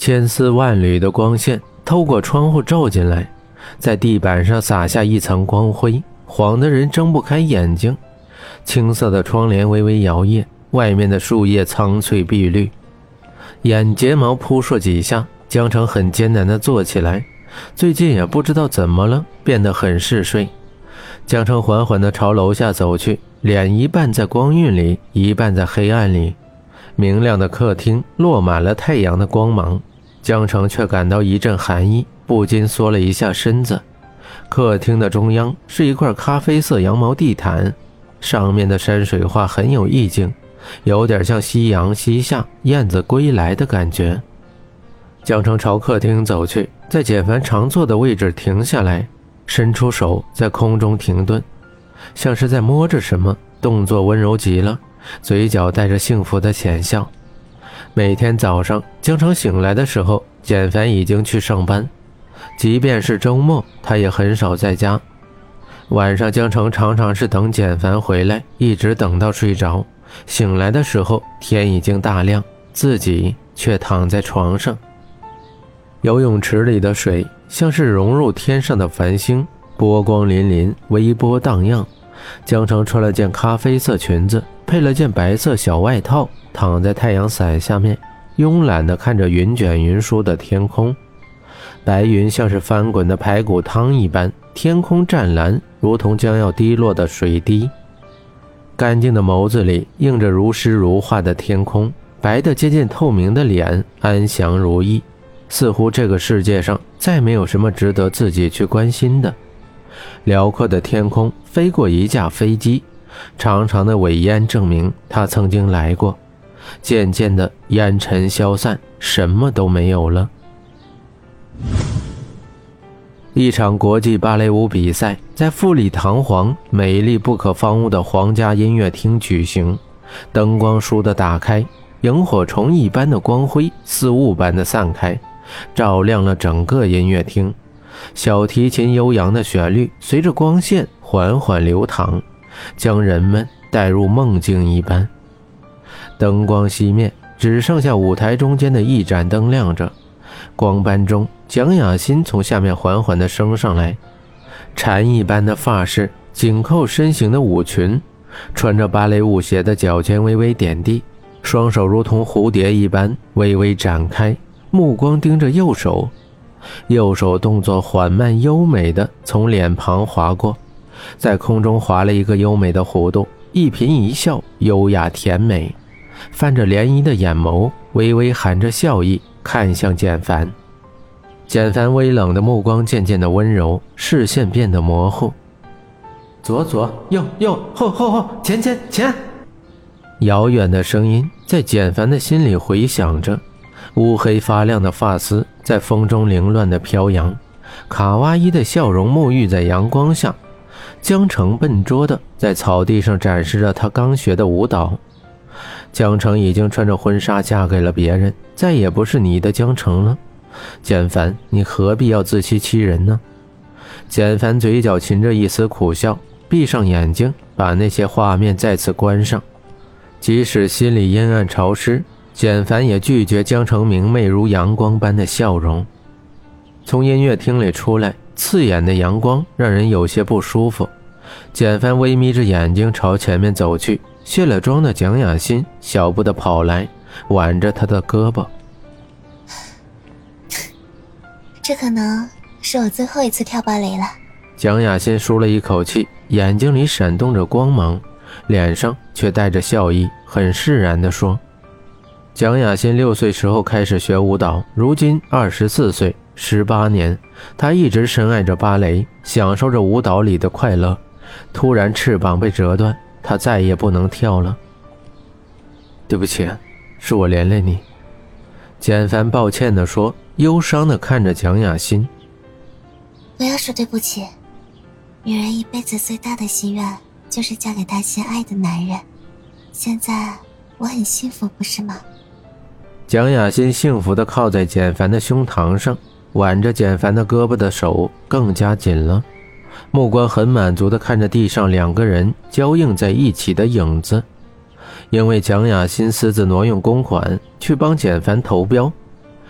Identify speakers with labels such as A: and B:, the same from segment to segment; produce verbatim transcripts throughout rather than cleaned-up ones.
A: 千丝万缕的光线透过窗户照进来，在地板上洒下一层光辉，晃得人睁不开眼睛。青色的窗帘微微摇曳，外面的树叶苍翠碧绿。眼睫毛扑朔几下，江城很艰难地坐起来，最近也不知道怎么了，变得很嗜睡。江城缓缓地朝楼下走去，脸一半在光晕里，一半在黑暗里。明亮的客厅落满了太阳的光芒，江城却感到一阵寒意，不禁缩了一下身子。客厅的中央是一块咖啡色羊毛地毯，上面的山水画很有意境，有点像夕阳西下，燕子归来的感觉。江城朝客厅走去，在简凡常坐的位置停下来，伸出手在空中停顿，像是在摸着什么，动作温柔极了，嘴角带着幸福的浅笑。每天早上江城醒来的时候，简凡已经去上班，即便是周末他也很少在家。晚上江城常常是等简凡回来，一直等到睡着，醒来的时候天已经大亮，自己却躺在床上。游泳池里的水像是融入天上的繁星，波光粼粼，微波荡漾。江城穿了件咖啡色裙子，配了件白色小外套，躺在太阳伞下面，慵懒地看着云卷云舒的天空。白云像是翻滚的排骨汤一般，天空湛蓝，如同将要滴落的水滴。干净的眸子里映着如诗如画的天空，白的接近透明的脸安详如意，似乎这个世界上再没有什么值得自己去关心的。辽阔的天空飞过一架飞机，长长的尾烟证明它曾经来过。渐渐的烟尘消散，什么都没有了。一场国际芭蕾舞比赛在富丽堂皇、美丽不可方物的皇家音乐厅举行，灯光倏地打开，萤火虫一般的光辉似雾般的散开，照亮了整个音乐厅。小提琴悠扬的旋律随着光线缓缓流淌，将人们带入梦境一般。灯光熄灭，只剩下舞台中间的一盏灯亮着。光斑中，蒋雅欣从下面缓缓地升上来，蝉一般的发饰，紧扣身形的舞裙，穿着芭蕾舞鞋的脚尖微微点地，双手如同蝴蝶一般微微展开，目光盯着右手，右手动作缓慢优美地从脸庞划过，在空中划了一个优美的弧度，一颦一笑优雅甜美，泛着涟漪的眼眸微微含着笑意看向简凡。简凡微冷的目光渐渐的温柔，视线变得模糊。左左右右后后后前前前，遥远的声音在简凡的心里回响着，乌黑发亮的发丝在风中凌乱的飘扬，卡哇伊的笑容沐浴在阳光下。江城笨拙的在草地上展示着他刚学的舞蹈。江城已经穿着婚纱嫁给了别人，再也不是你的江城了。简凡，你何必要自欺欺人呢？简凡嘴角噙着一丝苦笑，闭上眼睛，把那些画面再次关上。即使心里阴暗潮湿，简凡也拒绝江城明媚如阳光般的笑容。从音乐厅里出来，刺眼的阳光让人有些不舒服。简凡微眯着眼睛朝前面走去，卸了妆的蒋雅欣小步地跑来，挽着他的胳膊。
B: 这可能是我最后一次跳芭蕾了。
A: 蒋雅欣舒了一口气，眼睛里闪动着光芒，脸上却带着笑意，很释然地说。蒋雅欣六岁时候开始学舞蹈，如今二十四岁，十八年，她一直深爱着芭蕾，享受着舞蹈里的快乐。突然翅膀被折断，她再也不能跳了。对不起，是我连累你。简凡抱歉地说，忧伤地看着蒋雅欣。
B: 不要说对不起，女人一辈子最大的心愿就是嫁给她心爱的男人，现在我很幸福，不是吗？
A: 蒋雅欣幸福地靠在简凡的胸膛上，挽着简凡的胳膊的手更加紧了，目光很满足地看着地上两个人交映在一起的影子。因为蒋雅欣私自挪用公款去帮简凡投标，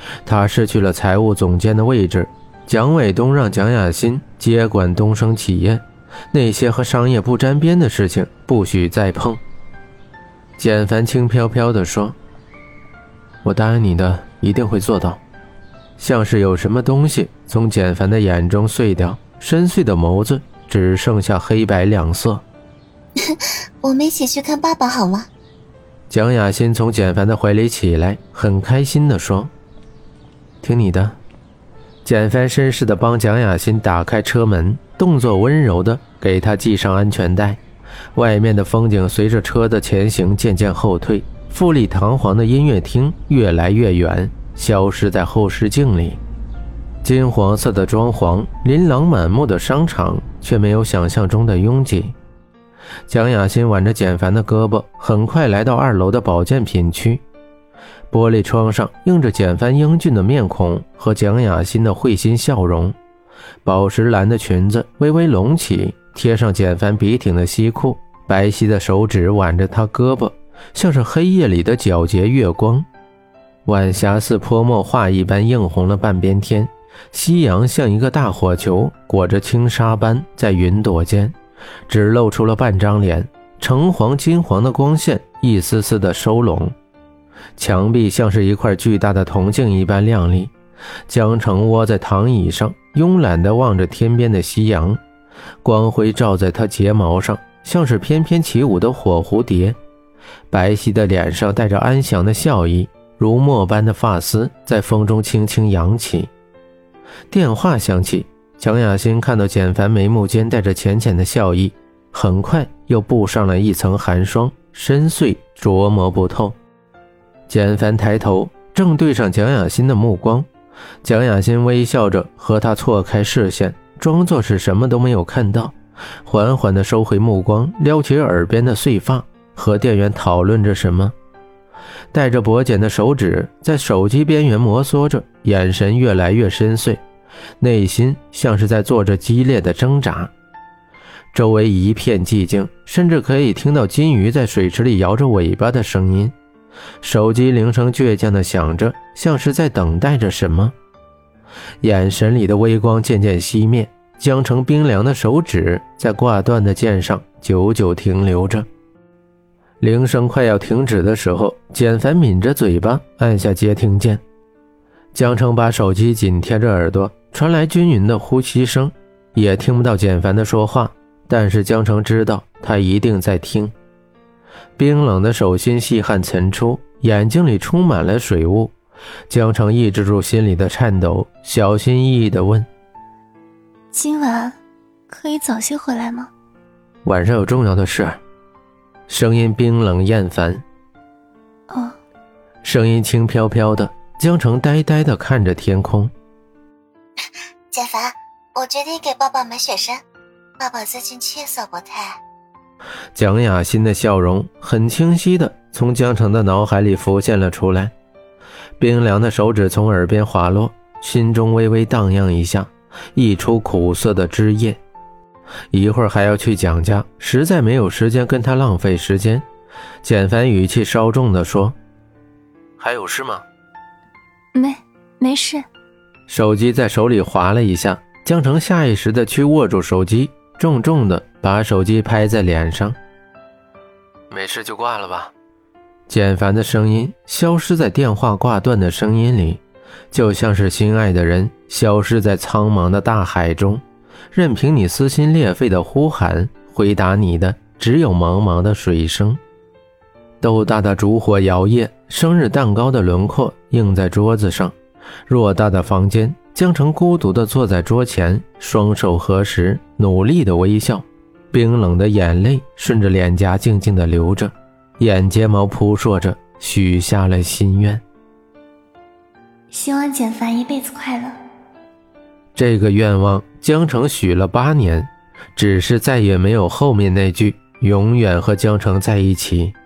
A: 他失去了财务总监的位置，蒋伟东让蒋雅欣接管东升企业，那些和商业不沾边的事情不许再碰。简凡轻飘飘地说，我答应你的一定会做到。像是有什么东西从简凡的眼中碎掉，深邃的眸子只剩下黑白两色。
B: 我们一起去看爸爸好吗？
A: 蒋雅欣从简凡的怀里起来，很开心地说，听你的。简凡绅士地帮蒋雅欣打开车门，动作温柔地给她系上安全带。外面的风景随着车的前行渐渐后退，富丽堂皇的音乐厅越来越远，消失在后视镜里。金黄色的装潢，琳琅满目的商场，却没有想象中的拥挤。蒋雅欣挽着简凡的胳膊，很快来到二楼的保健品区。玻璃窗上映着简凡英俊的面孔和蒋雅欣的会心笑容，宝石蓝的裙子微微隆起，贴上简凡笔挺的西裤，白皙的手指挽着他胳膊，像是黑夜里的皎洁月光。晚霞似泼墨画一般映红了半边天，夕阳像一个大火球，裹着轻纱般在云朵间，只露出了半张脸，橙黄金黄的光线一丝丝的收拢。墙壁像是一块巨大的铜镜一般亮丽，江城窝在躺椅上，慵懒地望着天边的夕阳，光辉照在他睫毛上，像是翩翩起舞的火蝴蝶。白皙的脸上带着安详的笑意，如墨般的发丝在风中轻轻扬起。电话响起，蒋雅欣看到简凡眉目间带着浅浅的笑意，很快又布上了一层寒霜，深邃琢磨不透。简凡抬头正对上蒋雅欣的目光，蒋雅欣微笑着和他错开视线，装作是什么都没有看到，缓缓地收回目光，撩起耳边的碎发，和店员讨论着什么。带着薄茧的手指在手机边缘摩挲着，眼神越来越深邃，内心像是在做着激烈的挣扎。周围一片寂静，甚至可以听到金鱼在水池里摇着尾巴的声音。手机铃声倔强地响着，像是在等待着什么。眼神里的微光渐渐熄灭，将成冰凉的手指在挂断的键上久久停留着。铃声快要停止的时候，简凡抿着嘴巴按下接听键。江城把手机紧贴着耳朵，传来均匀的呼吸声，也听不到简凡的说话，但是江城知道他一定在听。冰冷的手心细汗涔出，眼睛里充满了水雾。江城抑制住心里的颤抖，小心翼翼地问，
B: 今晚可以早些回来吗？
A: 晚上有重要的事。声音冰冷厌烦。
B: 哦。
A: 声音轻飘飘的，江城呆呆地看着天空。
B: 简凡，我决定给爸爸买雪山，爸爸最近气色不太。
A: 蒋雅欣的笑容很清晰地从江城的脑海里浮现了出来，冰凉的手指从耳边滑落，心中微微荡漾一下，溢出苦涩的汁液。一会儿还要去蒋家，实在没有时间跟他浪费时间。简凡语气稍重地说，还有事吗？
B: 没没事。
A: 手机在手里滑了一下，江城下意识地去握住手机，重重地把手机拍在脸上。没事就挂了吧。简凡的声音消失在电话挂断的声音里，就像是心爱的人消失在苍茫的大海中，任凭你撕心裂肺的呼喊，回答你的只有茫茫的水声。豆大的烛火摇曳，生日蛋糕的轮廓映在桌子上。偌大的房间，江城孤独地坐在桌前，双手合十，努力地微笑，冰冷的眼泪顺着脸颊静静地流着，眼睫毛扑朔着，许下了心愿。
B: 希望简凡一辈子快乐。
A: 这个愿望江城许了八年，只是再也没有后面那句永远和江城在一起。